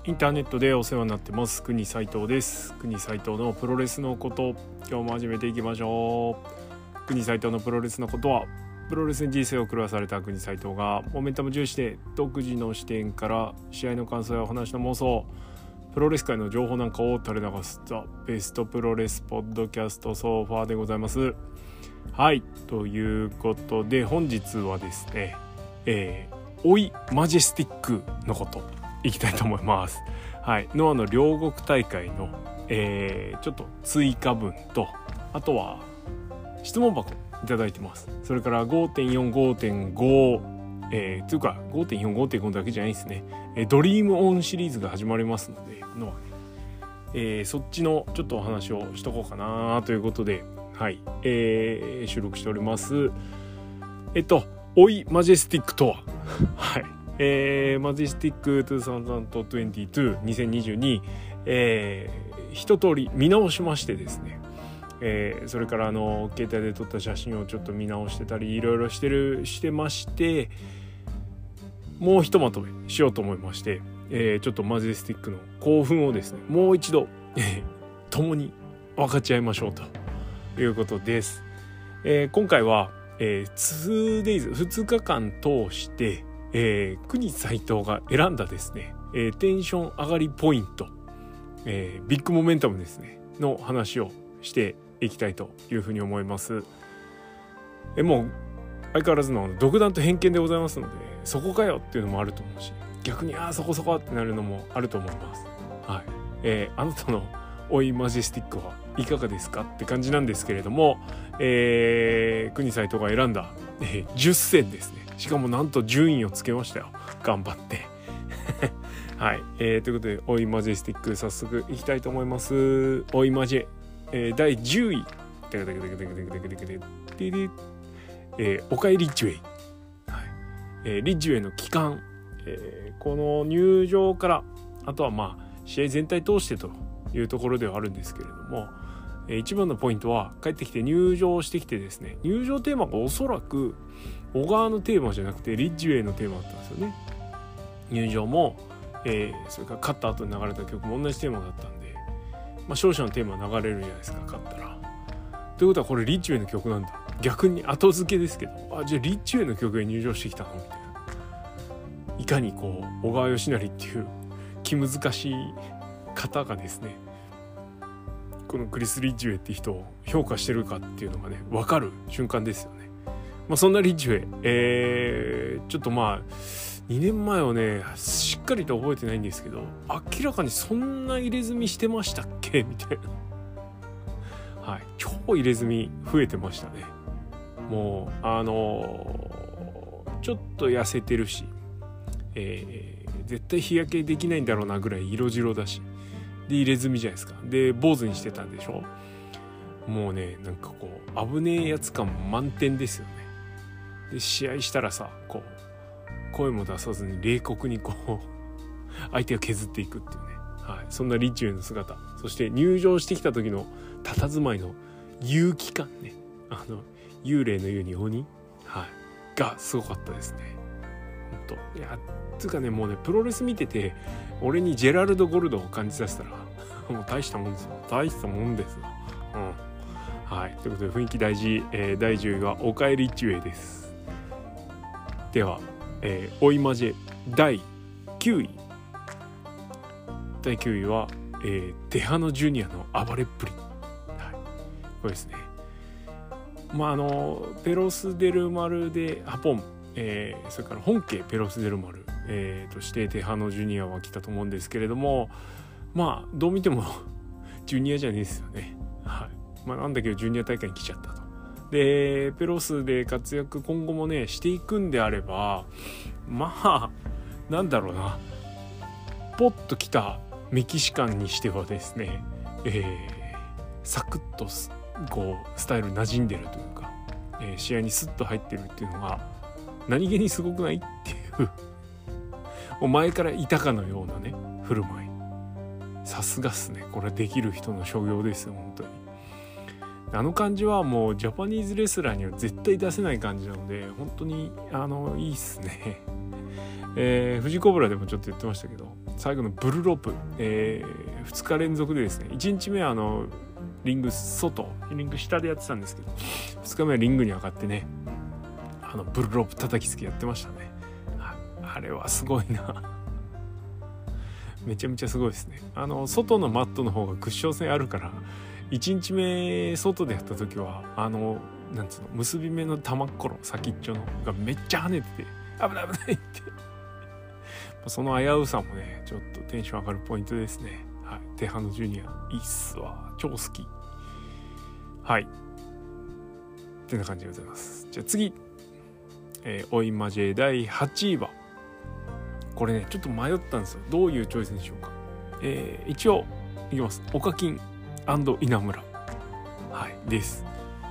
インターネットでお世話になってます国斉藤です。国斉藤のプロレスのこと、今日も始めていきましょう。国斉藤のプロレスのことは、プロレスに人生を狂わされた国斉藤がモメンタム重視で独自の視点から試合の感想やお話の妄想、プロレス界の情報なんかを垂れ流すザ・ベストプロレスポッドキャストソファーでございます。はい、ということで本日はですね、おいマジェスティックのこといきたいと思います。はい、ノアの両国大会の、ちょっと追加分と、あとは質問箱いただいてます。それから 5.4、5.5 というか 5.4、5.5 だけじゃないですね。ドリームオンシリーズが始まりますので、ノアね、そっちのちょっとお話をしとこうかなということで、はい、収録しております。おいマジェスティックとははい、マジェスティック2022、一通り見直しましてですね、それから携帯で撮った写真をちょっと見直してたりいろいろしてまして、もうひとまとめしようと思いまして、ちょっとマジェスティックの興奮をですねもう一度、共に分かち合いましょうということです。今回は、2days 2日間通して、国斉藤が選んだですね、テンション上がりポイント、ビッグモメンタムですねの話をしていきたいというふうに思います。もう相変わらずの独断と偏見でございますので、そこかよっていうのもあると思うし、逆にそこそこってなるのもあると思います。はい、あなたのおいマジェスティックはいかがですかって感じなんですけれども、国斉藤が選んだ、10戦ですね。しかもなんと順位をつけましたよ、頑張ってはい、ということでおいマジェスティック早速いきたいと思います。おいマジェ、第10位おかえリッジウェイ、はい、リッジウェイの期間、この入場からあとは試合全体通してというところではあるんですけれども、一番のポイントは帰ってきて入場してきてですね、入場テーマがおそらく小川のテーマじゃなくてリッジウェイのテーマだったんですよね。入場も、それから勝った後に流れた曲も同じテーマだったんで、勝者のテーマ流れるじゃないですか、勝ったら。ということはこれリッジウェイの曲なんだ、逆に後付けですけど、じゃあリッジウェイの曲が入場してきたのみたいな。いかにこう小川義成っていう気難しい方がですね、このクリス・リッジウェイって人を評価してるかっていうのがね分かる瞬間ですよね。そんなリッジウェイ、ちょっと2年前をねしっかりと覚えてないんですけど、明らかにそんな入れ墨してましたっけみたいな、はい、超入れ墨増えてましたね。もうちょっと痩せてるし、絶対日焼けできないんだろうなぐらい色白だし、で入れ墨じゃないですか。で坊主にしてたんでしょ。もうねなんかこう危ねえやつ感満点ですよね。で試合したらさ、こう声も出さずに冷酷にこう相手を削っていくっていうね、はい、そんなリッチウェイの姿、そして入場してきた時の佇まいの勇気感ね、幽霊のように鬼、はい、がすごかったですね。本当いやつうかね、もうねプロレス見てて俺にジェラルド・ゴルドを感じさせたらもう大したもんですよ、大したもんですよ。はい、ということで雰囲気大事、第10位はおかえりリッチウェイです。では、おいマジェ第9位。第9位は、テハノジュニアの暴れっぷり、はい、これですね。ペロス・デルマルでハポン、それから本家ペロス・デルマル、としてテハノジュニアは来たと思うんですけれども、どう見てもジュニアじゃねえですよね。はい、なんだけどジュニア大会に来ちゃったと。でペロスで活躍今後もねしていくんであれば、なんだろうな、ポッと来たメキシカンにしてはですね、サクッとこうスタイル馴染んでるというか、試合にスッと入ってるっていうのが何気にすごくないっていうもう前からいたかのようなね振る舞い、さすがっすね。これできる人の所業ですよ本当に。あの感じはもうジャパニーズレスラーには絶対出せない感じなので、本当にいいっすね。富士コブラでもちょっと言ってましたけど、 最後のブルロープ、2日連続でですね、1日目はリング下でやってたんですけど、2日目はリングに上がってね、ブルロープ叩きつけやってましたね。あれはすごいなめちゃめちゃすごいですね。外のマットの方がクッション性あるから、1日目外でやった時はなんつうの、結び目の玉っころ先っちょのがめっちゃ跳ねてて危ない危ないってその危うさもねちょっとテンション上がるポイントですね。はい、テハノジュニアいいっすわ、超好き。はい、ってな感じでございます。じゃあ次、オイマジェ第8位はこれねちょっと迷ったんですよ、どういうチョイスにしようか。一応いきます。オカキン&稲村、はいです。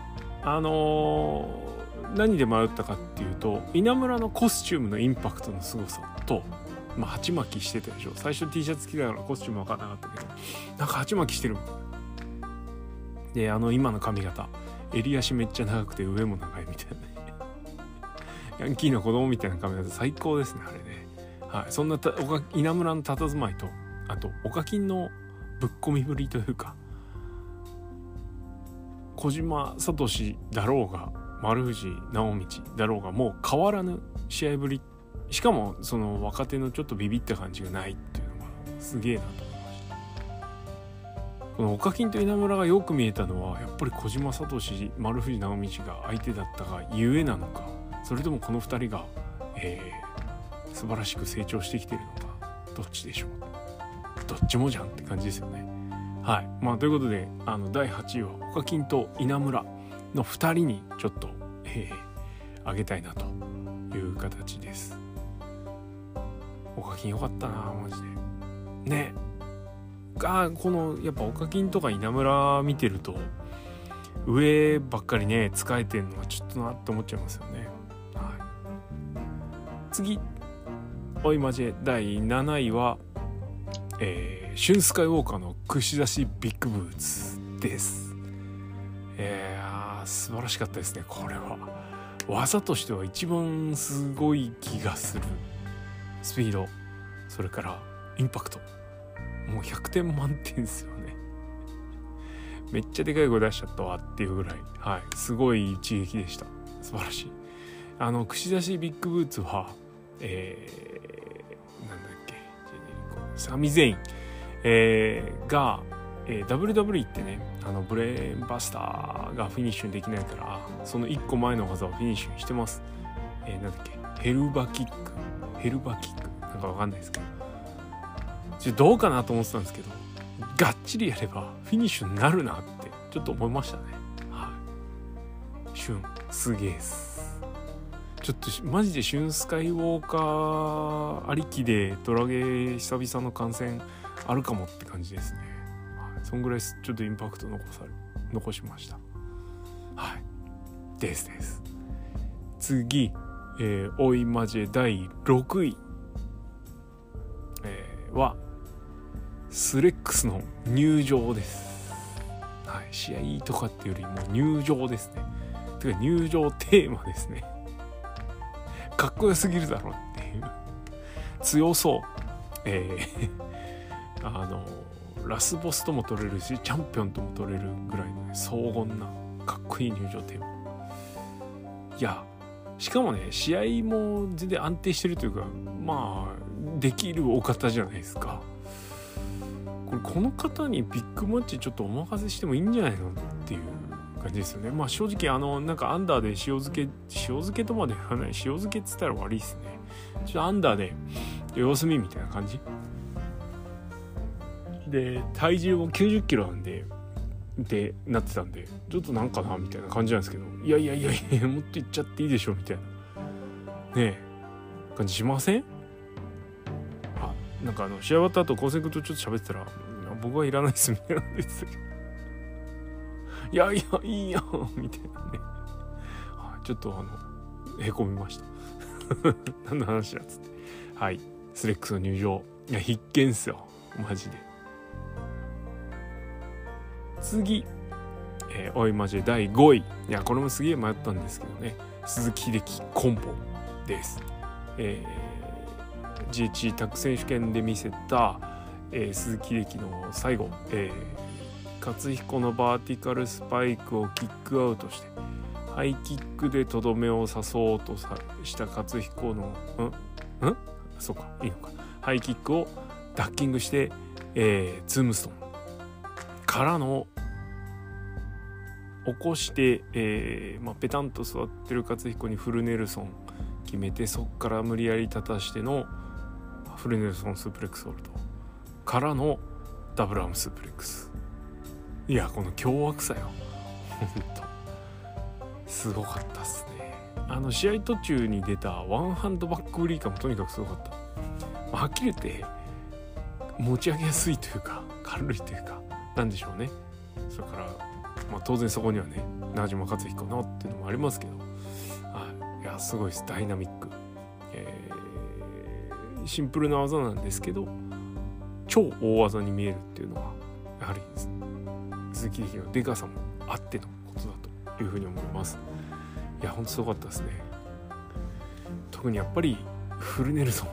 何で迷ったかっていうと、稲村のコスチュームのインパクトの凄さと、鉢巻きしてたでしょ。最初 T シャツ着たからコスチューム分かんなかったけど、なんか鉢巻きしてるで、今の髪型襟足めっちゃ長くて上も長いみたいなねヤンキーの子供みたいな髪型最高ですねあれね。はい、そんな稲村の佇まいと、あとオカキンのぶっ込みぶりというか、小島聡だろうが丸藤直道だろうがもう変わらぬ試合ぶり、しかもその若手のちょっとビビった感じがないっていうのがすげえなと思いました。このオカキンと稲村がよく見えたのはやっぱり小島聡丸藤直道が相手だったがゆえなのか、それともこの2人が、素晴らしく成長してきているのか、どっちでしょう。どっちもじゃんって感じですよね。はい、ということで第8位はオカキンと稲村の2人にちょっと、あげたいなという形です。オカキンよかったなマジでね。このやっぱオカキンとか稲村見てると上ばっかりね使えてるのはちょっとなって思っちゃいますよね。はい、次オイマジェ第7位は、シュンスカイウォーカーの串刺しビッグブーツです。素晴らしかったですね。これは技としては一番すごい気がする。スピード、それからインパクト、もう100点満点ですよね。めっちゃでかい声出しちゃったわっていうぐらい、はい、すごい一撃でした。素晴らしい。串刺しビッグブーツはなんだっけ、サミゼイン、が、WWE ってねブレーンバスターがフィニッシュできないからその1個前の技をフィニッシュしてます。なんだっけ、ヘルバキックなんかわかんないですけど、どうかなと思ってたんですけど、がっちりやればフィニッシュになるなってちょっと思いましたね。はい、シュンすげえっす。ちょっとマジでシュンスカイウォーカーありきでドラゲー久々の観戦あるかもって感じですね。はい、そんぐらいちょっとインパクト残しました。はい、です。次、オイマジェ第6位、はスレックスの入場です。はい、試合とかっていうよりも入場ですね。てか入場テーマですね。かっこよすぎるだろうっていう、強そう、ラスボスとも取れるしチャンピオンとも取れるぐらいの、ね、荘厳なかっこいい入場テーマ。いやしかもね試合も全然安定してるというか、できるお方じゃないですか。この方にビッグマッチちょっとお任せしてもいいんじゃないのっていう感じですよね。正直なんかアンダーで塩漬けとまで言わない、塩漬けっつったら悪いですね。ちょっとアンダーで様子見みたいな感じで、体重も90キロなんでなってたんで、ちょっとなんかなみたいな感じなんですけど、いやもっといっちゃっていいでしょみたいなね感じしません？なんか試合終わった後高瀬君とちょっと喋ってたら、僕はいらないですみたいなの言ってたけど、いやいいやみたいなね、ちょっとへこみました何の話だっつって。はい、スレックスの入場、いや必見っすよマジで。次、オイマジェ第5位、いやこれもすげえ迷ったんですけどね、鈴木秀樹コンボです。 GH タッグ選手権で見せた、鈴木秀樹の最後、勝彦のバーティカルスパイクをキックアウトしてハイキックでとどめを刺そうとした勝彦のそうかいいのかハイキックをダッキングして、ツームストーンからの起こして、ペタンと座ってる勝彦にフルネルソン決めて、そっから無理やり立たしてのフルネルソンスープレックスホールドからのダブルアームスープレックス。いや、この凶悪さよほんとすごかったっすね。試合途中に出たワンハンドバックブリーカーもとにかくすごかった。はっきり言って持ち上げやすいというか軽いというかなんでしょうね。それから、当然そこにはね中島克彦のっていうのもありますけど、いやすごいです。ダイナミック、シンプルな技なんですけど超大技に見えるっていうのはやはり鈴木秀樹のでかさもあってのことだというふうに思います。いやほんとすごかったですね。特にやっぱりフルネルソ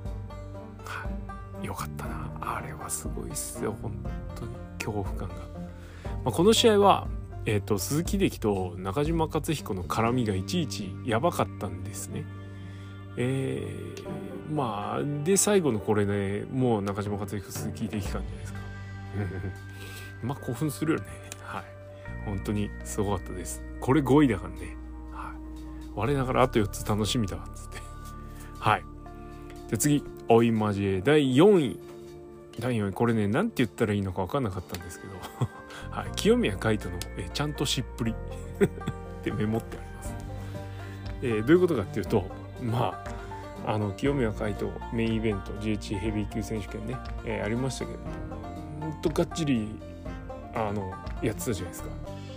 ン、よかったな。あれはすごいっすよ本当に恐怖感が。この試合は、鈴木秀樹と中島克彦の絡みがいちいちやばかったんですね。で最後のこれねもう中島克彦鈴木秀樹感じゃないですか興奮するよね。本当にすごかったです。これ5位だからね。我ながらあと4つ楽しみだわっつってで次追い交え第4位。第4位これねなんて言ったらいいのか分かんなかったんですけど清宮海斗のちゃんとしっぷりってメモってあります。どういうことかっていうと清宮海斗メインイベント GH ヘビー級選手権ね、ありましたけどほんとがっちりやってたじゃないですか。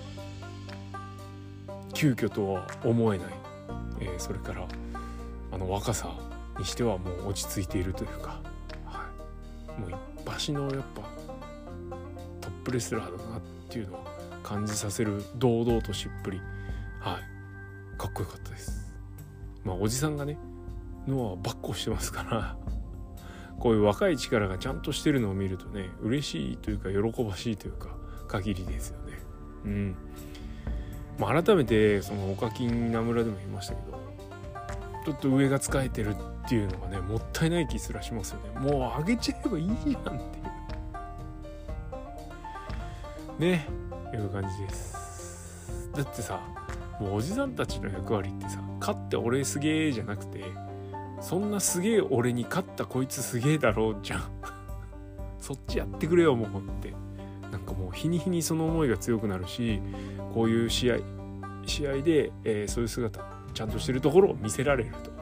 急遽とは思えない、それから若さにしてはもう落ち着いているというか、もう一発のやっぱトップレスラーだなっていうのを感じさせる堂々としっぷり、かっこよかったです。おじさんがねのはばっこしてますからこういう若い力がちゃんとしてるのを見るとね嬉しいというか喜ばしいというか限りですよね。改めてその岡金名村でも言いましたけどちょっと上が使えてるっていうのがねもったいない気すらしますよね。もう上げちゃえばいいじゃんっていうねいう感じです。だってさもうおじさんたちの役割ってさ勝って俺すげえじゃなくてそんなすげえ俺に勝ったこいつすげえだろうじゃんそっちやってくれよもうってなんかもう日に日にその思いが強くなるしこういう試合で、そういう姿ちゃんとしてるところを見せられると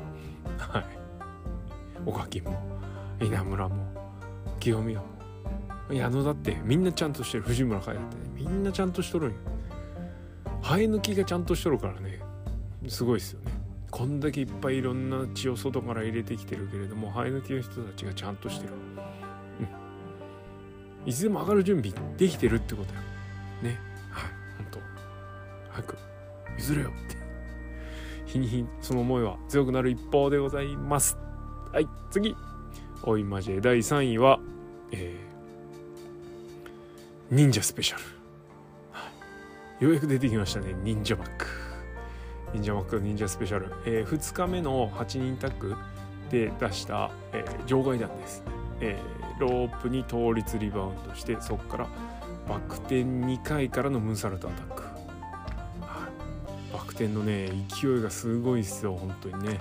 岡金も稲村も清宮も矢野だってみんなちゃんとしてる。藤村海だって、ね、みんなちゃんとしとるんよ。生え抜きがちゃんとしとるからねすごいですよね。こんだけいっぱいいろんな血を外から入れてきてるけれども生え抜きの人たちがちゃんとしてる、いつでも上がる準備できてるってことよね。本当早く譲れよって日に日にその思いは強くなる一方でございます。次追い交え第3位は、忍者スペシャル、ようやく出てきましたね。忍者マック忍者スペシャル、2日目の8人タッグで出した、場外弾です。ロープに倒立リバウンドしてそこからバク転2回からのムーンサルトアタック、バク転のね勢いがすごいっすよ本当にね。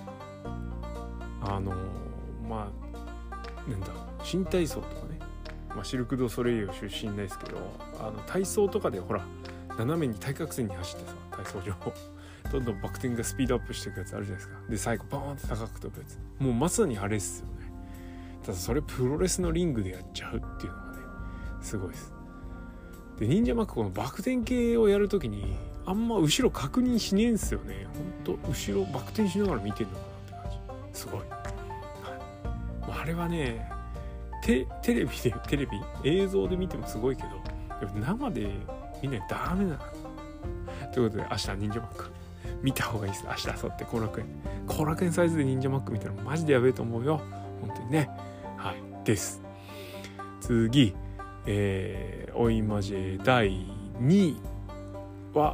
新体操とかね、シルク・ドゥ・ソレイユ出身ですけど体操とかでほら斜めに対角線に走ってさ体操上どんどんバク転がスピードアップしていくやつあるじゃないですか。で最後バーンって高く飛ぶやつ、もうまさにあれっすよね。ただそれプロレスのリングでやっちゃうっていうのがねすごいです。で忍者マックこのバク転系をやるときにあんま後ろ確認しねえんすよね。ほんと後ろバク転しながら見てんのかなって感じすごい、あれはねテレビ映像で見てもすごいけど生で見ないとダメだなということで明日忍者マック見た方がいいです。明日明後日後楽園サイズで忍者マック見たらマジでやべえと思うよ本当にね。はいです。次、オイマジェ第2位は、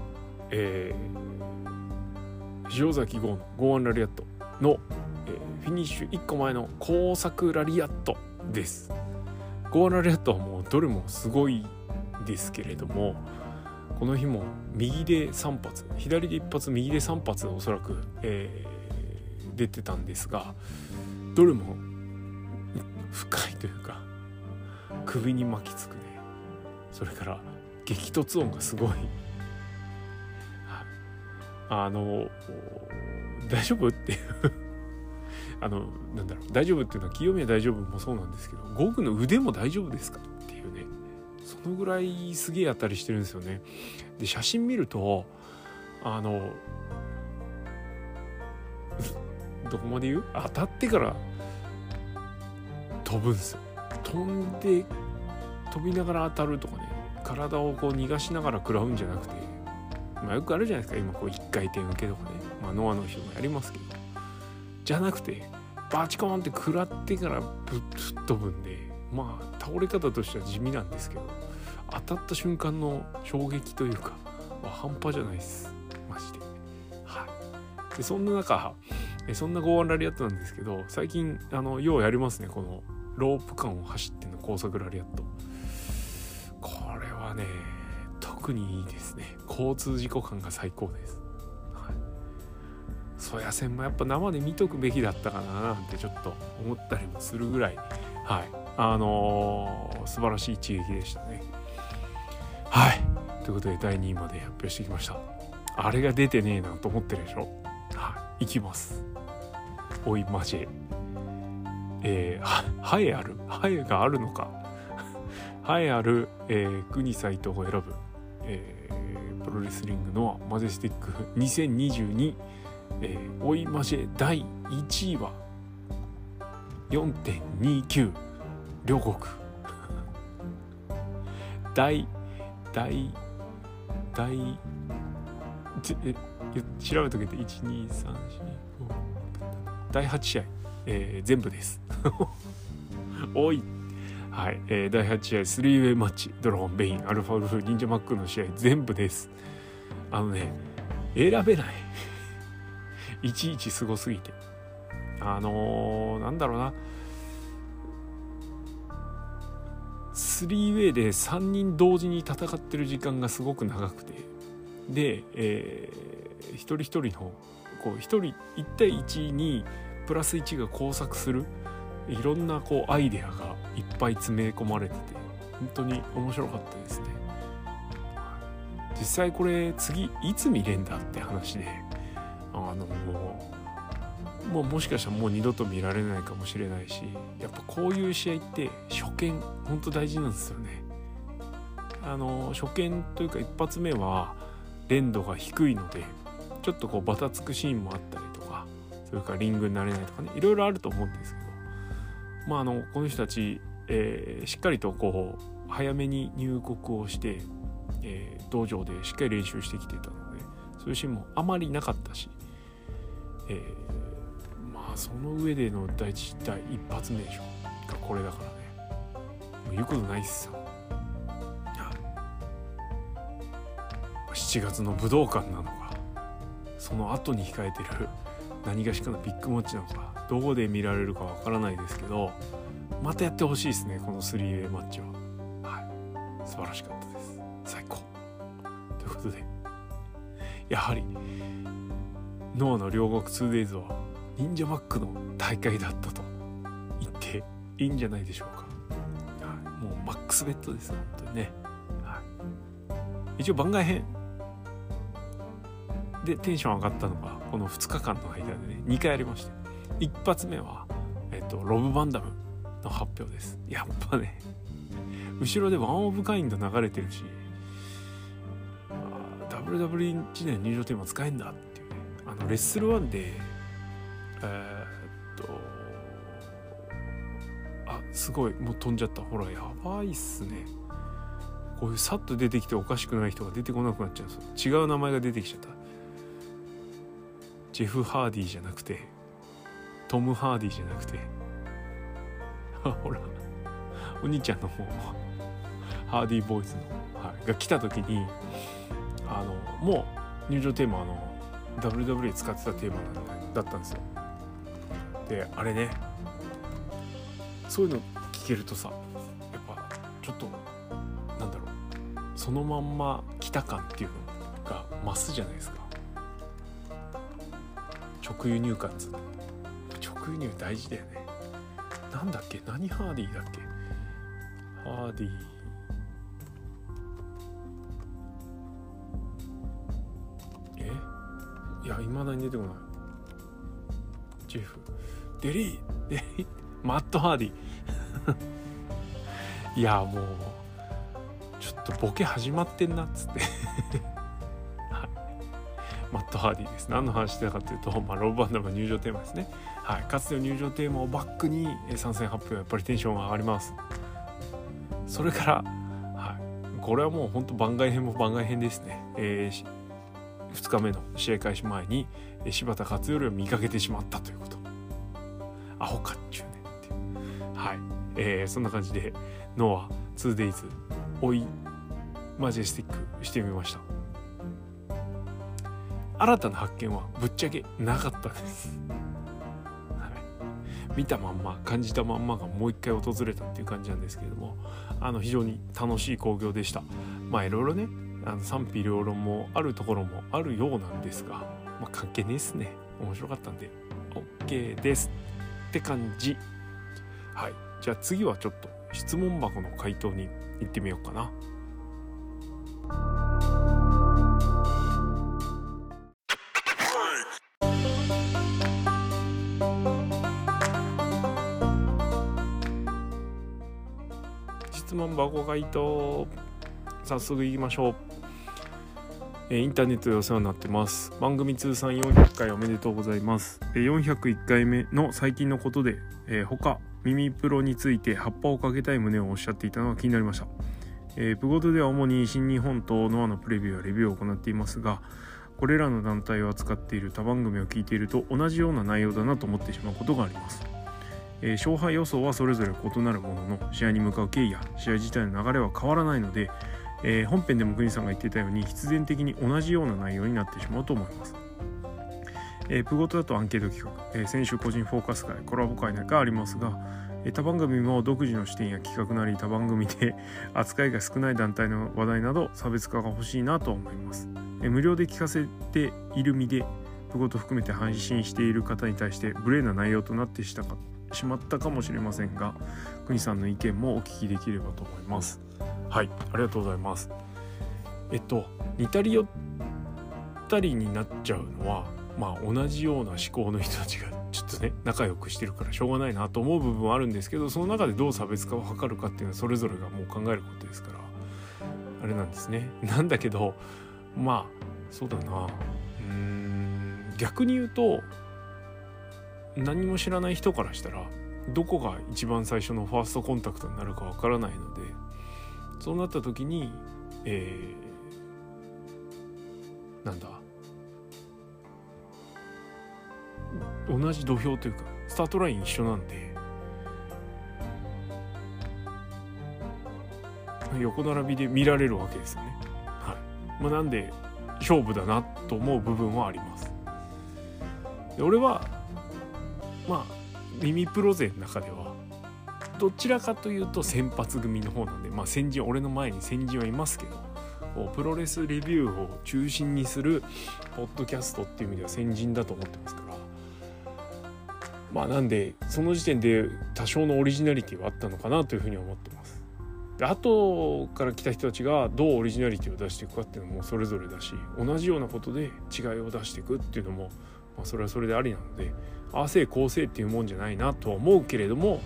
塩崎豪のゴーアンラリアットの、フィニッシュ1個前の工作ラリアットです。ゴーアンラリアットはもうどれもすごいですけれども、この日も右で3発、左で1発、右で3発おそらく、出てたんですが、どれも深いというか首に巻きつくね。それから激突音がすごい。大丈夫っていうなんだろう、大丈夫っていうのは清宮大丈夫もそうなんですけど、ゴグの腕も大丈夫ですかっていうね、そのぐらいすげえ当たりしてるんですよね。で写真見るとどこまで言う？当たってから飛ぶんですよ。飛んで飛びながら当たるとかね、体をこう逃がしながら食らうんじゃなくて、よくあるじゃないですか今こう一回転受けとかね、ノアの人もやりますけど、じゃなくてバチコーンって食らってからぶっ飛ぶんで、倒れ方としては地味なんですけど、当たった瞬間の衝撃というか半端じゃないですマジで。でそんな中、そんなゴーアンラリアットなんですけど、最近ようやりますね、このロープ間を走っての高速ラリアット。これはね特にいいですね。交通事故感が最高です。曽谷線もやっぱ生で見とくべきだったかななんてちょっと思ったりもするぐらい、素晴らしい一撃でしたね。ということで第2位まで発表してきました。あれが出てねえなと思ってるでしょ。いきます。おいマジハエがあるのかハエある、国サイトを選ぶ、プロレスリングのマジェスティック2022、おいマジェ第1位は 4.29 両国調べとけて12345第8試合、全部です多い。第8試合 3way マッチ、ドラゴンベインアルファウルフ忍者マックの試合全部です。選べないいちいちすごすぎて、なんだろうな、3way で3人同時に戦ってる時間がすごく長くて、で、一人一人のこう1人1対1にプラス1が交錯するいろんなこうアイデアがいっぱい詰め込まれてて、本当に面白かったですね。実際これ次いつ見れんだって話で、もうもしかしたらもう二度と見られないかもしれないし、やっぱこういう試合って初見本当大事なんですよね。初見というか一発目は連度が低いのでちょっとこうバタつくシーンもあったりとか、それからリングになれないとかね、いろいろあると思うんですけど、この人たち、しっかりとこう早めに入国をして、道場でしっかり練習してきてたので、そういうシーンもあまりなかったし、その上での第一発目でしょがこれだからね、もう言うことないっすよ。7月の武道館なのか、その後に控えてる何がしかのビッグマッチなのか、どこで見られるかわからないですけど、またやってほしいですね、この 3way マッチは。素晴らしかったです。最高ということで、やはりノアの両国 2days は忍者マックの大会だったと言っていいんじゃないでしょうか。もうマックスベットです本当にね。一応番外編でテンション上がったのがこの2日間の間でね2回ありまして、一発目は、ロブ・バンダムの発表です。やっぱね後ろでワン・オブ・カインド流れてるし、WWE 年入場テーマ使えんだっていうね。レッスル1ですごいもう飛んじゃった。ほらやばいっすね。こういうさっと出てきておかしくない人が出てこなくなっちゃうんですよ。違う名前が出てきちゃった。ジェフ・ハーディじゃなくてトム・ハーディじゃなくてほらお兄ちゃんの方ハーディーボーイズの、が来た時にもう入場テーマWWE 使ってたテーマだったんですよ。であれね、そういうの聞けるとさ、やっぱちょっとなんだろう、そのまんま来た感っていうのが増すじゃないですか。直輸入感つうの、直輸入大事だよね。なんだっけ、何ハーディーだっけ、ハーディーいや未だに出てこない。ジェフデリーマットハーディいやもうちょっとボケ始まってんなっつってマットハーディです。何の話してたかというと、ロブバンドの入場テーマですね。かつての入場テーマをバックに参戦発表はやっぱりテンションが上がります。それから、これはもう本当番外編も番外編ですね。2日目の試合開始前に柴田勝頼を見かけてしまったということ。アホかっちゅうねっていう。そんな感じでノア 2days 追いマジェスティックしてみました。新たな発見はぶっちゃけなかったです。見たまんま感じたまんまがもう一回訪れたっていう感じなんですけれども、非常に楽しい興行でした。いろいろね賛否両論もあるところもあるようなんですが、関係ねえっすね。面白かったんで OK ですって感じ。じゃあ次はちょっと質問箱の回答に行ってみようかな。質問箱回答、早速いきましょう。インターネットでお世話になってます。番組通算400回おめでとうございます。401回目の最近のことで、他耳プロについて葉っぱをかけたい旨をおっしゃっていたのが気になりました。プゴトでは主に新日本とノアのプレビューやレビューを行っていますが、これらの団体を扱っている他番組を聞いていると同じような内容だなと思ってしまうことがあります。勝敗予想はそれぞれ異なるものの、試合に向かう経緯や試合自体の流れは変わらないので、本編でも国さんが言っていたように必然的に同じような内容になってしまうと思います。プゴトだとアンケート企画、選手個人フォーカス会、コラボ会がありますが、他番組も独自の視点や企画なり他番組で扱いが少ない団体の話題など差別化が欲しいなと思います。無料で聞かせている身でプゴト含めて配信している方に対して無礼な内容となってしまったかもしれませんが、国さんの意見もお聞きできればと思います。ありがとうございます。似たり寄ったりになっちゃうのは、同じような思考の人たちがちょっとね仲良くしてるからしょうがないなと思う部分はあるんですけど、その中でどう差別化を図るかっていうのはそれぞれがもう考えることですからあれなんですね。なんだけどそうだな、逆に言うと何も知らない人からしたらどこが一番最初のファーストコンタクトになるかわからないので、そうなった時に同じ土俵というかスタートライン一緒なんで、横並びで見られるわけですよね。なんで勝負だなと思う部分はあります。で俺は耳プロ勢の中ではどちらかというと先発組の方なんで、先人、俺の前に先人はいますけど、プロレスレビューを中心にするポッドキャストっていう意味では先人だと思ってますから、なんでその時点で多少のオリジナリティはあったのかなというふうに思ってます。で後から来た人たちがどうオリジナリティを出していくかっていうのもそれぞれだし、同じようなことで違いを出していくっていうのも、それはそれでありなので、ああせいこうせいっていうもんじゃないなとは思うけれども、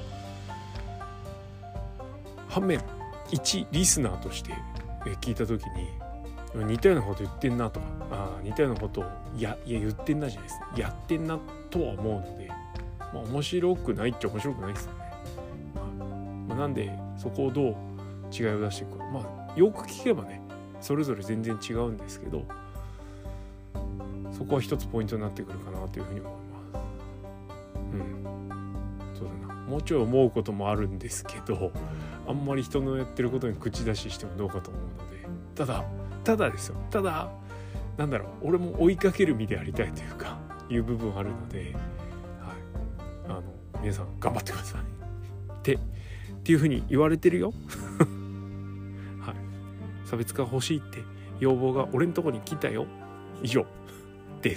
反面一リスナーとして聞いた時に似たようなこと言ってんなとか、似たようなことを言ってんなじゃないですね、やってんなとは思うので、面白くないっちゃ面白くないですよね。なんでそこをどう違いを出していくか、よく聞けばねそれぞれ全然違うんですけど、そこは一つポイントになってくるかなというふうに思います。そうだな、 もうちょい思うこともあるんですけど、あんまり人のやってることに口出ししてもどうかと思うので、ただですよ、なんだろう、俺も追いかける身でありたいというかいう部分あるので、はい、皆さん頑張ってくださいっていうふうに言われてるよはい、差別化欲しいって要望が俺のとこに来たよ。以上です。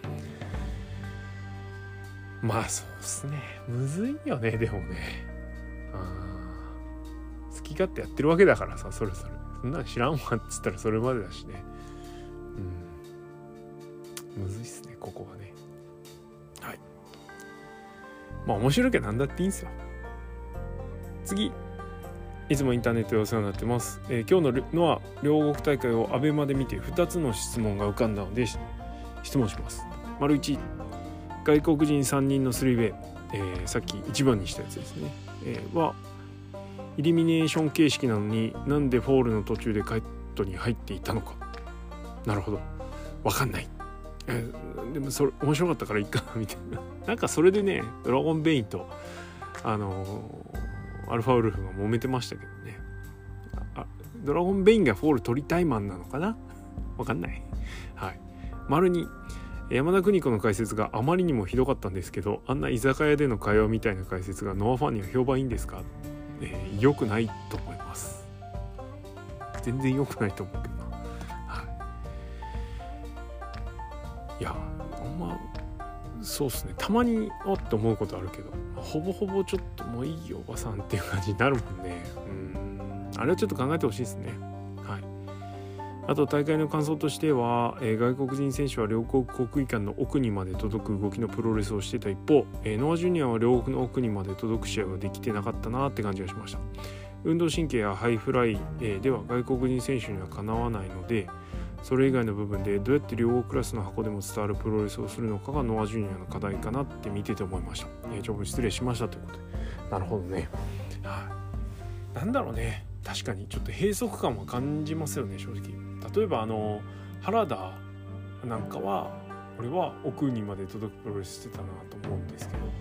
まあそうっすね、むずいよね。でもね、好き勝手やってるわけだからさ、それそんなん知らんわっつったらそれまでだしね。むずいっすね、ここはね。はい、まあ面白いけどなんだっていいんすよ。次、いつもインターネットでお世話になってます。今日のは両国大会をアベマで見て2つの質問が浮かんだので質問します。丸1、外国人3人の 3way、さっき1番にしたやつですね、はイリミネーション形式なのになんでフォールの途中でカットに入っていたのか。なるほど、わかんない。でもそれ面白かったからいいかなみたいな。なんかそれでね、ドラゴンベインとアルファウルフが揉めてましたけどね。ドラゴンベインがフォール取りたいマンなのかな、わかんない。はい。丸に山田邦子の解説があまりにもひどかったんですけど、あんな居酒屋での会話みたいな解説がノアファンには評判いいんですか。良くないと思います。全然良くないと思うけどな。はい。いや、あんまそうっすね、たまにって思うことあるけど、ほぼほぼちょっともういいよおばさんっていう感じになるもんね。あれはちょっと考えてほしいですね。はい。あと大会の感想としては、外国人選手は両国国技館の奥にまで届く動きのプロレスをしていた一方、ノアジュニアは両国の奥にまで届く試合ができてなかったなって感じがしました。運動神経やハイフライ、では外国人選手にはかなわないので、それ以外の部分でどうやって両国クラスの箱でも伝わるプロレスをするのかがノアジュニアの課題かなって見てて思いました。ちょっと失礼しましたということで。なるほどね。はい。なんだろうね。確かにちょっと閉塞感は感じますよね、正直。例えば原田なんかは俺は奥にまで届くプロレスしてたなと思うんですけど、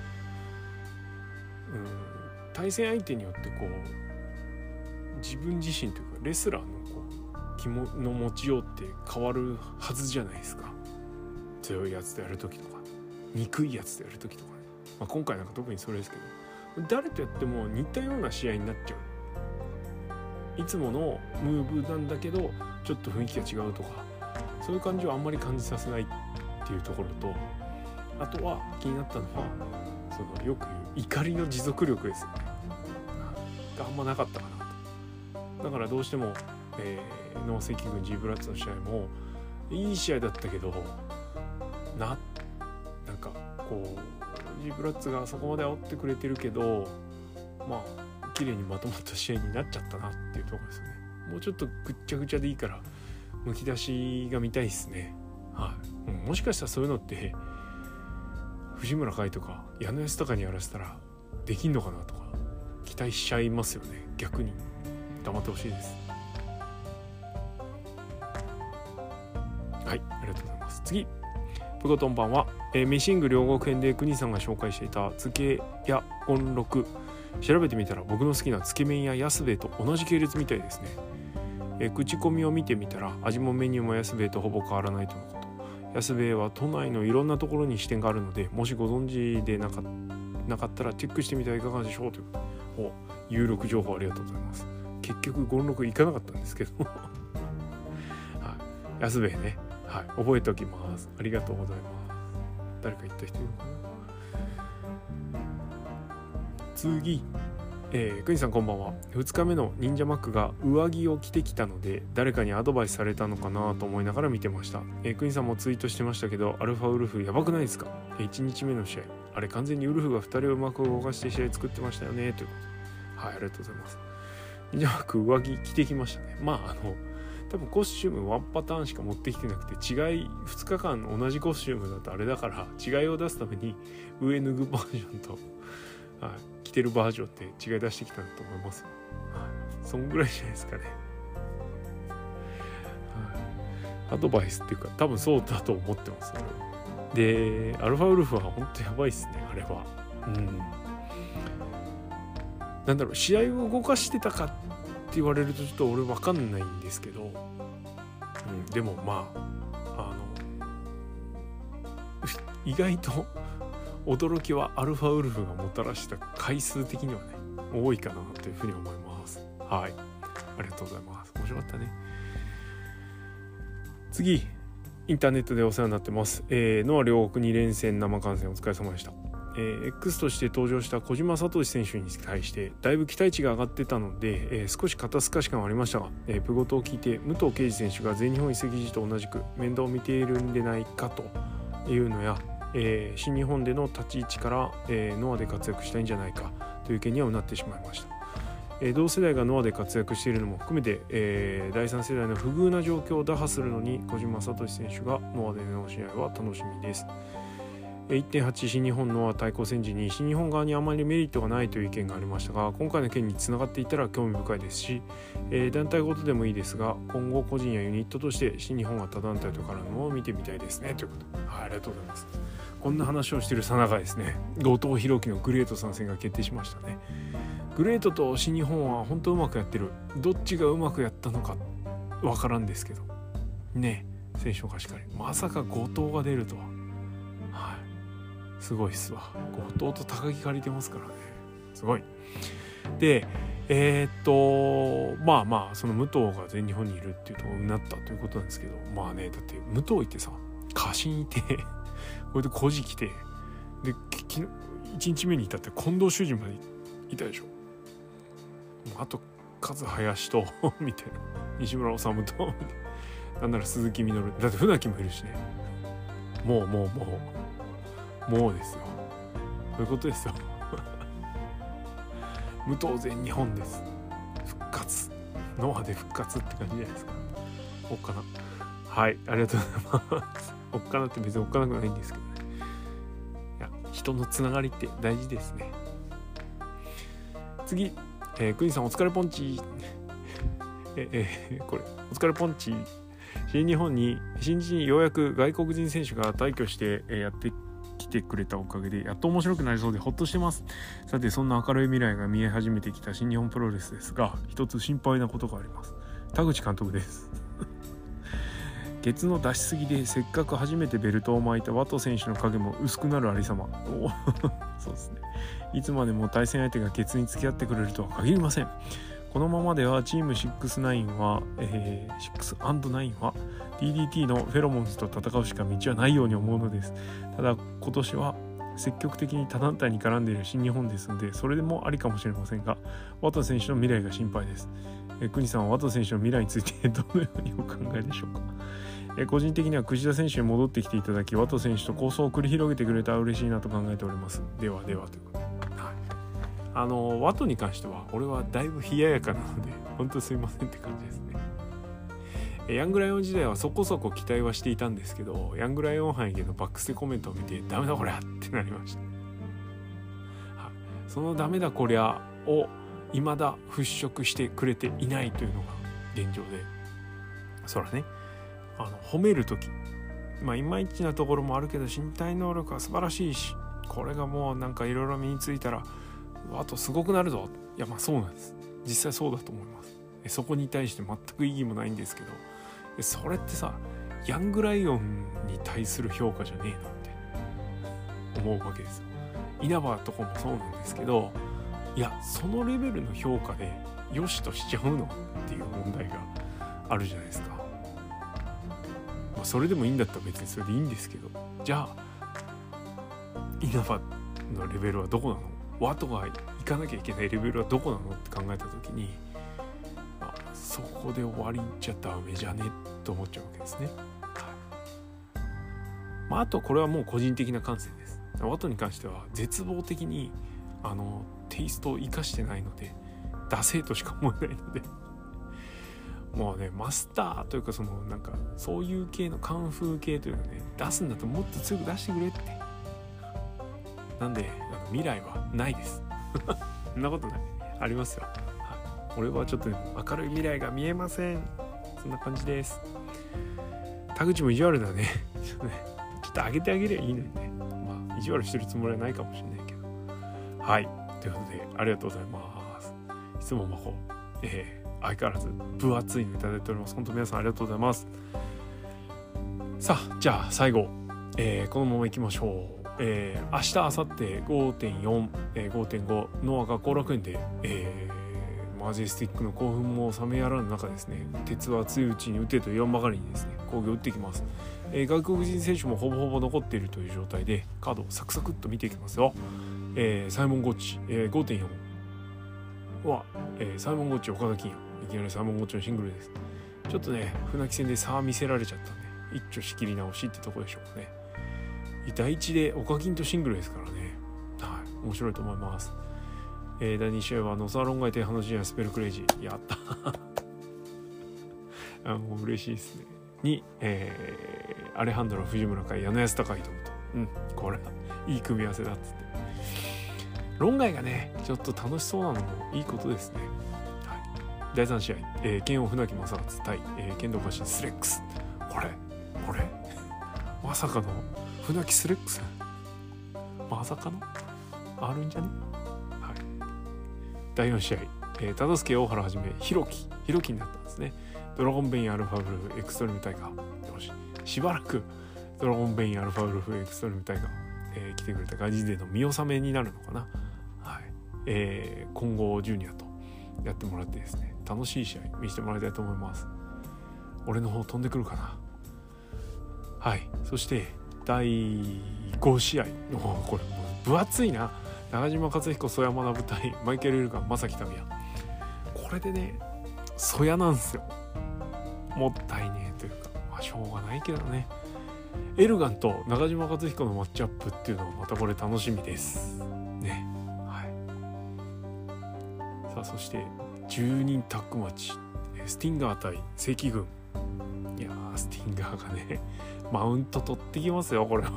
対戦相手によってこう自分自身というかレスラーのこう気の持ちようって変わるはずじゃないですか。強いやつでやる時とか憎いやつでやる時とかね。今回なんか特にそれですけど、誰とやっても似たような試合になっちゃう。いつものムーブなんだけどちょっと雰囲気が違うとか、そういう感じをあんまり感じさせないっていうところと、あとは気になったのはそのよく言う怒りの持続力ですよね。があんまなかったかなと。だからどうしても、ノア赤軍 G ブラッツの試合もいい試合だったけどなんかこう G ブラッツがそこまで煽ってくれてるけど、綺麗にまとまった試合になっちゃったなっていうところですよね。もうちょっとぐっちゃぐちゃでいいからむき出しが見たいですね。はい。もしかしたらそういうのって藤村海とか矢野安とかにやらせたらできんのかなとか期待しちゃいますよね。逆に頑張ってほしいです。はい、ありがとうございます。次、プゴトンばんは、メシング両国編で国さんが紹介していたつけや音録、調べてみたら僕の好きなつけ麺や安兵衛と同じ系列みたいですね。口コミを見てみたら味もメニューも安兵衛とほぼ変わらないとのこと。安兵衛は都内のいろんなところに支店があるので、もしご存知でなかったらチェックしてみてはいかがでしょうということで、有力情報ありがとうございます。結局ゴンロク行かなかったんですけどはい、安兵衛ね、はい、覚えておきます。ありがとうございます。誰か言った人いるかな。次、クニさんこんばんは。2日目の忍者マックが上着を着てきたので誰かにアドバイスされたのかなと思いながら見てました。クニさんもツイートしてましたけど、アルファウルフやばくないですか。1日目の試合、あれ完全にウルフが2人をうまく動かして試合作ってましたよねということで、はい、ありがとうございます。忍者マック上着着てきましたね。多分コスチュームワンパターンしか持ってきてなくて、2日間同じコスチュームだとあれだから違いを出すために上脱ぐバージョンと、はい、着てるバージョンって違い出してきたんだと思います。はい、そんぐらいじゃないですかね。はい、アドバイスっていうか多分そうだと思ってます。で、アルファウルフは本当やばいっすね、あれは。 なんだろう、試合を動かしてたかって言われるとちょっと俺分かんないんですけど、でもまあ意外と驚きはアルファウルフがもたらした回数的にはね多いかなというふうに思います。はい、ありがとうございます。面白かったね。次、インターネットでお世話になってます、ノア両国2連戦生観戦お疲れ様でした。X として登場した小島聡選手に対してだいぶ期待値が上がってたので、少し肩透かし感はありましたが、プゴトを聞いて武藤敬司選手が全日本移籍時と同じく面倒を見ているんでないかというのや、新日本での立ち位置から、ノアで活躍したいんじゃないかという意見にはうなってしまいました。同世代がノアで活躍しているのも含めて、第3世代の不遇な状況を打破するのに小島聡選手がノアでの試合は楽しみです。1.8 新日本ノア対抗戦時に新日本側にあまりメリットがないという意見がありましたが、今回の件につながっていたら興味深いですし、団体ごとでもいいですが今後個人やユニットとして新日本が他団体と絡むのを見てみたいですねということで、はい、ありがとうございます。こんな話をしているさなかですね、後藤弘樹のグレート参戦が決定しましたね。グレートと新日本は本当うまくやってる。どっちがうまくやったのかわからんですけどね、選手の貸し借りまさか後藤が出るとは、はい、すごいっすわ。後藤と高木借りてますからね、すごい。でまあその武藤が全日本にいるっていうところになったということなんですけど、まあね、だって武藤いてさ、家臣いてこれで小路来て、で1日目にいたって近藤修二までいたでしょ。あと和林とみたいな、西村治とみたいな、なんなら鈴木みのる、だって船木もいるしね。もうですよ。そういうことですよ。武藤全日本です。復活、ノアで復活って感じじゃないですか。おっかな。はい、ありがとうございます。おっかなって別におっかなくないんですけどね。いや、人のつながりって大事ですね。次、クニさんお疲れポンチこれお疲れポンチ。新日にようやく外国人選手が大挙して、やってきてくれたおかげでやっと面白くなりそうでほっとしてます。さて、そんな明るい未来が見え始めてきた新日本プロレスですが、一つ心配なことがあります。田口監督ですケツの出しすぎでせっかく初めてベルトを巻いたワト選手の影も薄くなるありさまそうですね。いつまでも対戦相手がケツに付き合ってくれるとは限りません。このままではチーム6&9は、6&9 は DDT のフェロモンズと戦うしか道はないように思うのです。ただ今年は積極的に他団体に絡んでいる新日本ですので、それでもありかもしれませんが、ワト選手の未来が心配です。国さんはワト選手の未来についてどのようにお考えでしょうか。個人的には櫛田選手に戻ってきていただき、ワト選手と構想を繰り広げてくれたら嬉しいなと考えております。ではではということで、ワトに関しては俺はだいぶ冷ややかなので本当すいませんって感じですね。ヤングライオン時代はそこそこ期待はしていたんですけど、ヤングライオン杯でのバックステコメントを見てダメだこりゃってなりました。そのダメだこりゃを未だ払拭してくれていないというのが現状で、そらね、褒めるとき、いまいちなところもあるけど身体能力は素晴らしいし、これがもうなんかいろいろ身についたらあとすごくなるぞ。いや、そうなんです。実際そうだと思います。そこに対して全く意義もないんですけど、それってさ、ヤングライオンに対する評価じゃねえのって思うわけですよ。稲葉とかもそうなんですけど、いや、そのレベルの評価で良しとしちゃうのっていう問題があるじゃないですか。それでもいいんだったら別にそれでいいんですけど、じゃあ稲葉のレベルはどこなの、ワトが行かなきゃいけないレベルはどこなのって考えた時に、そこで終わりじゃダメじゃねと思っちゃうわけですね。あとこれはもう個人的な感性です。ワトに関しては絶望的にテイストを生かしてないので、ダセーとしか思えないのでもうね、マスターというかなんかそういう系のカンフー系というのね、出すんだともっと強く出してくれって。なんで未来はないですそんなことない、ありますよ。俺はちょっと明るい未来が見えません。そんな感じです。田口も意地悪だねちょっと上げてあげればいいのにね。意地悪してるつもりはないかもしれないけど、はい。 ということでありがとうございます。質問箱、相変わらず分厚いのいただいております。本当皆さんありがとうございます。さあじゃあ最後、このままいきましょう。明日明後日 5.4、5.5 ノアが後楽園で、マジェスティックの興奮も冷めやらぬ中ですね、鉄は熱いうちに打てと言わんばかりにですね攻撃を打ってきます。外国人選手もほぼほぼ残っているという状態でカードをサクサクっと見ていきますよ。サイモン・ゴッチ、5.4 は、サイモン・ゴッチ岡田金也、いきなりサイモン・ゴッチのシングルです。ちょっとね船木戦で差見せられちゃったんで一丁仕切り直しってとこでしょうね。第1で岡金とシングルですからね、はい、面白いと思います。第2試合はノサロンガイテハノジアスペルクレイジー、やったもう嬉しいですね。に、アレハンドロ藤村対矢野安高挑むと、これいい組み合わせだっつって、論外がねちょっと楽しそうなのもいいことですね。はい、第3試合、剣王船木正勝対、剣道家臣スレックス、これまさかの船木スレックス、まさかのあるんじゃね。はい、第4試合、忠相大原はじめひろきになったんですね。ドラゴンベインアルファウルフエクストリーム大会、しばらくドラゴンベインアルファウルフエクストリーム大会、来てくれた外人勢の見納めになるのかな。はい、混合ジュニアとやってもらってですね楽しい試合見せてもらいたいと思います。俺の方飛んでくるかな。はい、そして第5試合のこれもう分厚いな。中島克彦曽山学対マイケル・エルガン正木民也、これでね曽谷なんですよ。もったいねえというか、しょうがないけどね。エルガンと中島克彦のマッチアップっていうのはまたこれ楽しみですね。はい、さあそして10人タッグマッチ、スティンガー対正規軍。いやースティンガーがねマウント取ってきますよこれは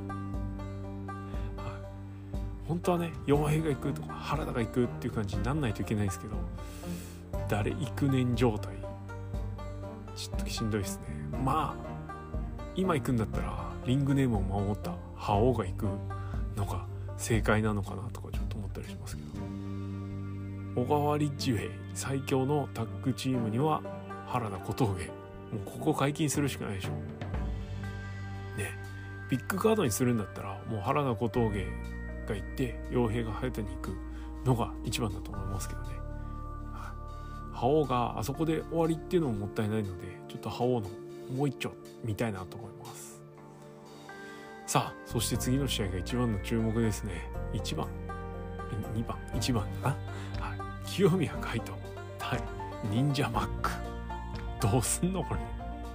本当はね傭兵が行くとか原田が行くっていう感じになんないといけないですけど、誰行くねん状態ちょっとしんどいですね。まあ今行くんだったらリングネームを守った覇王が行くのが正解なのかなとかちょっと思ったりしますけど、小川リッジウェイ最強のタッグチームには原田小峠、もうここ解禁するしかないでしょね。ビッグカードにするんだったらもう原田小峠が行って傭兵が早田に行くのが一番だと思いますけどね。覇王があそこで終わりっていうのももったいないので、ちょっと覇王のもう一丁見たいなと思います。さあそして次の試合が一番の注目ですね。1番だな、はい、清宮海斗対忍者マック、どうすんのこれ。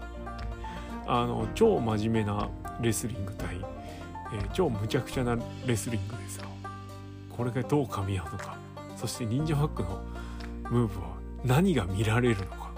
超真面目なレスリング対、超無茶苦茶なレスリングですよ。これがどう噛み合うのか、そして忍者マックのムーブは何が見られるのか、はい、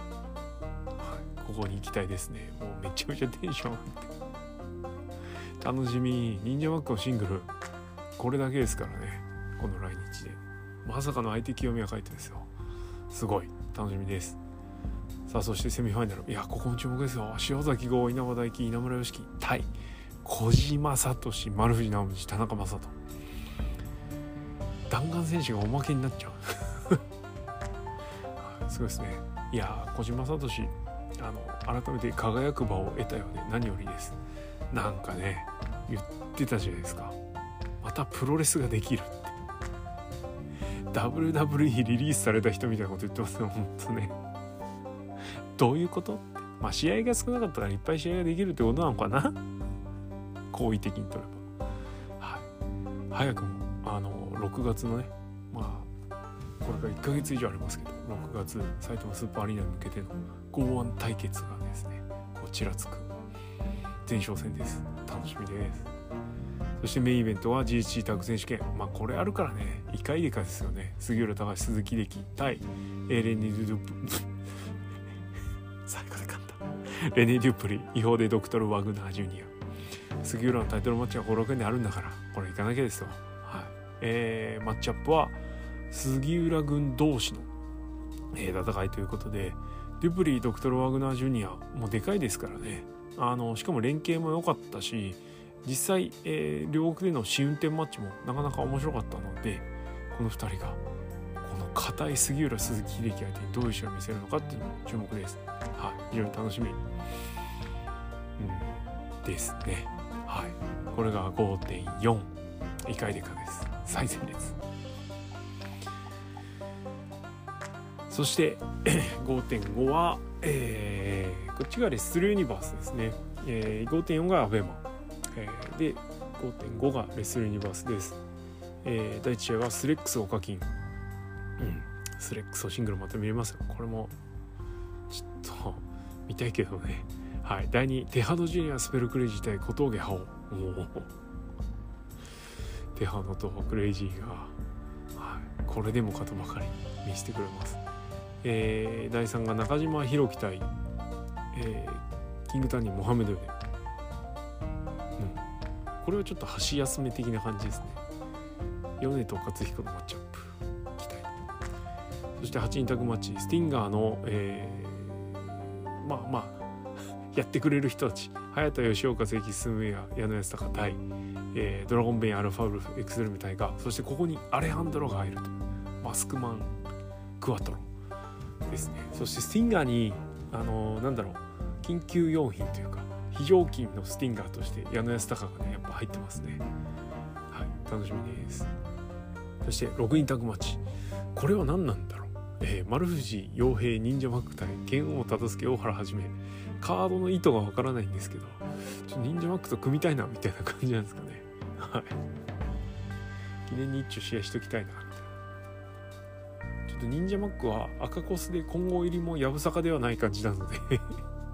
ここに行きたいですね。もうめちゃめちゃテンション上がって楽しみ。忍者マックのシングルこれだけですからね、この来日でまさかの相手清宮海斗ですよ。すごい楽しみです。さあそしてセミファイナル、いやここも注目ですよ。塩崎豪、稲葉大輝、稲村良樹対小島聡、丸藤直道、田中将人、弾丸選手がおまけになっちゃうすごいですね。いや小島聡改めて輝く場を得たようで何よりです。なんかね言ってたじゃないですか、またプロレスができるって。 WWE リリースされた人みたいなこと言ってますよ本当ね。どういうことって、試合が少なかったからいっぱい試合ができるってことなのかな、好意的にとれば。はい、早くも6月のねこれから1ヶ月以上ありますけど、6月埼玉スーパーアリーナに向けての剛腕対決がですねちらつく前哨戦です。楽しみです。そしてメインイベントは GHC タッグ選手権、これあるからねイカイデカですよね。杉浦高橋鈴木力対レネ・デュプ最後で噛んだレネ・デュプリ違法でドクトル・ワグナー・ジュニア。杉浦のタイトルマッチが5、6円であるんだからこれいかなきゃですよ。はい、マッチアップは杉浦軍同士の、戦いということで、デュプリー、ドクトル・ワグナー・ジュニアもでかいですからね。しかも連携も良かったし、実際、両国での試運転マッチもなかなか面白かったので、 この2人がこの硬い杉浦鈴木秀樹相手にどういう試合を見せるのかっていうのも注目です。はい、非常に楽しみ、ですね。はい、これが 5.4 イカイデカです。最前列。そして 5.5 は、こっちがレッスルユニバースですね。5.4 がアベマ、で 5.5 がレッスルユニバースです。第1試合はスレックスオカキン、スレックスをシングルまた見れますよ。これもちょっと見たいけどね。はい、第2テハドジュニアスペルクレイジー対小峠ハオ。テハノとクレイジーが、はい、これでもかとばかり見せてくれます。第3が中島弘樹対、キングタンニーモハメドヨネ、これはちょっと箸休め的な感じですね。米と勝彦のマッチアップ期待。そして8人タッグマッチスティンガーの、やってくれる人たち、早田吉岡関スムウェア矢野康隆対、ドラゴンベインアルファウルフエクスルム対が、そしてここにアレハンドロが入るというマスクマンクワトロですね。そしてスティンガーに緊急用品というか非常勤のスティンガーとして矢野康隆がねやっぱ入ってますね。はい、楽しみです。そして6人タッグマッチ、これは何なんだろう。丸藤洋平忍者マック対剣王忠助大原はじめ、カードの意図がわからないんですけど、ちょっと忍者マックと組みたいなみたいな感じなんですかね。はい、記念に一応試合しときたいなみたいな。ちょっと忍者マックは赤コスで混合入りもやぶさかではない感じなのではい、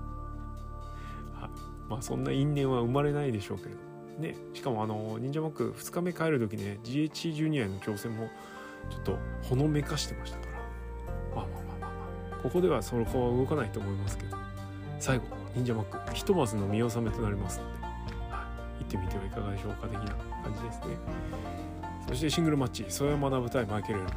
そんな因縁は生まれないでしょうけれどね。しかも忍者マック2日目帰る時ね GH ジュニアの挑戦もちょっとほのめかしてましたから、ここではそこは動かないと思いますけど、最後忍者マックひとまずの見納めとなりますので、行ってみてはいかがでしょうか的な感じですね。そしてシングルマッチ曽山学対マイケル・エルマン。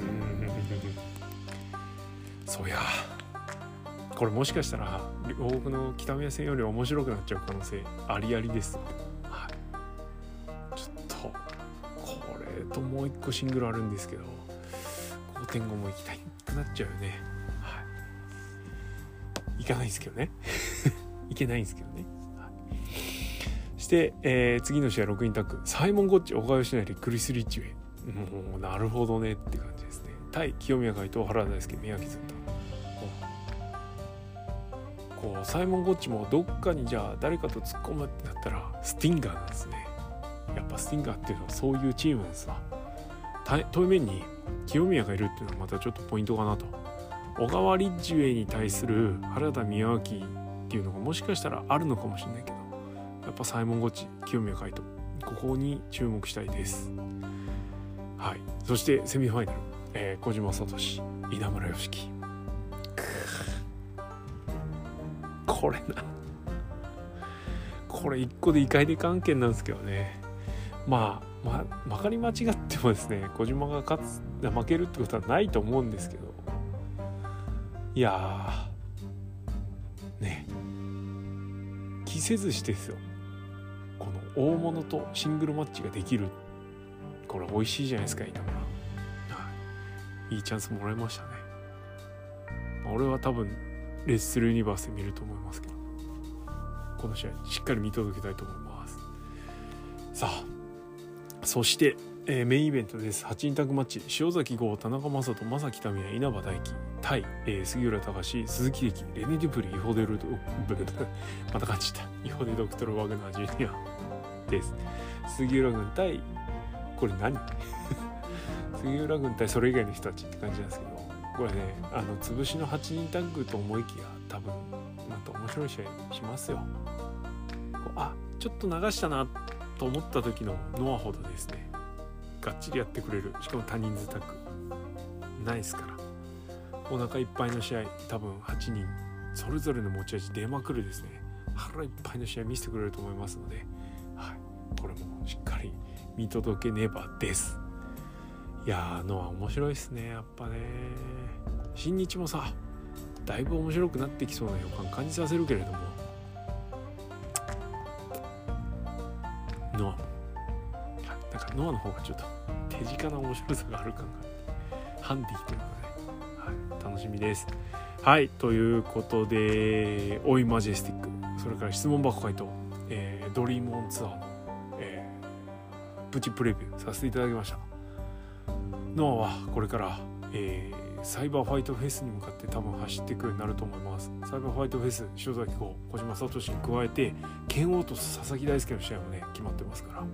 そうや、これもしかしたら両国の北宮戦より面白くなっちゃう可能性ありありです、はい、ちょっとこれともう一個シングルあるんですけど 5.5 も行きたくなっちゃうよね。はい、行かないんですけどね行けないんですけどね。して、次の試合6人タッグサイモン・ゴッチ、岡吉成、クリス・リッチウェイ。もうなるほどねって感じですね。対清宮海斗、原田大輔、宮城ずんた。こうサイモン・ゴッチもどっかにじゃあ誰かと突っ込むってなったらスティンガーなんですね。やっぱスティンガーっていうのはそういうチームなんですわ。遠い面に清宮がいるっていうのはまたちょっとポイントかなと。小川リッジウェイに対する原田宮脇っていうのがもしかしたらあるのかもしれないけど、やっぱサイモン・ゴッチ、清宮海斗、ここに注目したいです。はい、そしてセミファイナル、小島聡、稲村良樹。これ1個で異界で関係なんですけどね。まかり間違ってもですね、小島が負けるってことはないと思うんですけど、いやーね、着せずしてですよ、この大物とシングルマッチができる、これ美味しいじゃないですか。稲村、いいチャンスもらいましたね。俺は多分レッスルユニバースで見ると思いますけど、この試合しっかり見届けたいと思います。さあ、そして、メインイベントです。8人タッグマッチ、塩崎豪、田中将人、正木民也、稲葉大輝対、杉浦隆、鈴木力、レネ・デュプリ、イホデルまた感じたイホデ・ドクトル・ワグナー・ジュニアです。杉浦軍対これ何杉浦軍対それ以外の人たちって感じなんですけど、これね、潰しの8人タッグと思いきや多分また面白い試合しますよ。ちょっと流したなと思った時のノアほどですね、がっちりやってくれる。しかも多人数タッグないですから、お腹いっぱいの試合、多分8人それぞれの持ち味出まくるですね、腹いっぱいの試合見せてくれると思いますので、はい、これもしっかり見届けねばです。いやー、ノア面白いですね、やっぱね。新日もさ、だいぶ面白くなってきそうな予感感じさせるけれども、ノア、なんかノアの方がちょっと手近な面白さがある感があってハンディということで、楽しみです。はい、ということでオイマジェスティック、それから質問箱回答、ドリームオンツアーの、プチプレビューさせていただきました。ノアはこれから、サイバーファイトフェスに向かって多分走っていくようになると思います。サイバーファイトフェス、塩崎号、小島聡に加えて剣王と佐々木大輔の試合もね決まってますから、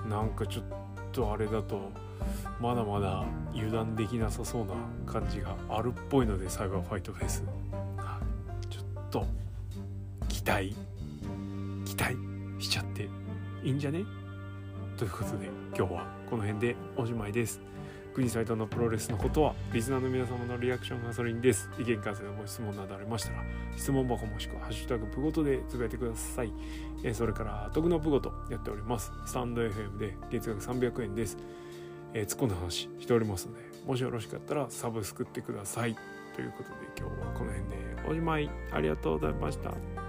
なんかちょっとあれだとまだまだ油断できなさそうな感じがあるっぽいので、サイバーファイトフェス、ちょっと期待しちゃっていいんじゃねということで、今日はこの辺でおしまいです。国斉藤のプロレスのことはリスナーの皆様のリアクションがガソリンです。意見感想やご質問などありましたら質問箱もしくはハッシュタグプゴトでつぶやいてください。それから徳のプゴトやっております。スタンド FM で月額300円です。突っ込んだ話しておりますので、もしよろしかったらサブスクってください。ということで今日はこの辺でおしまい。ありがとうございました。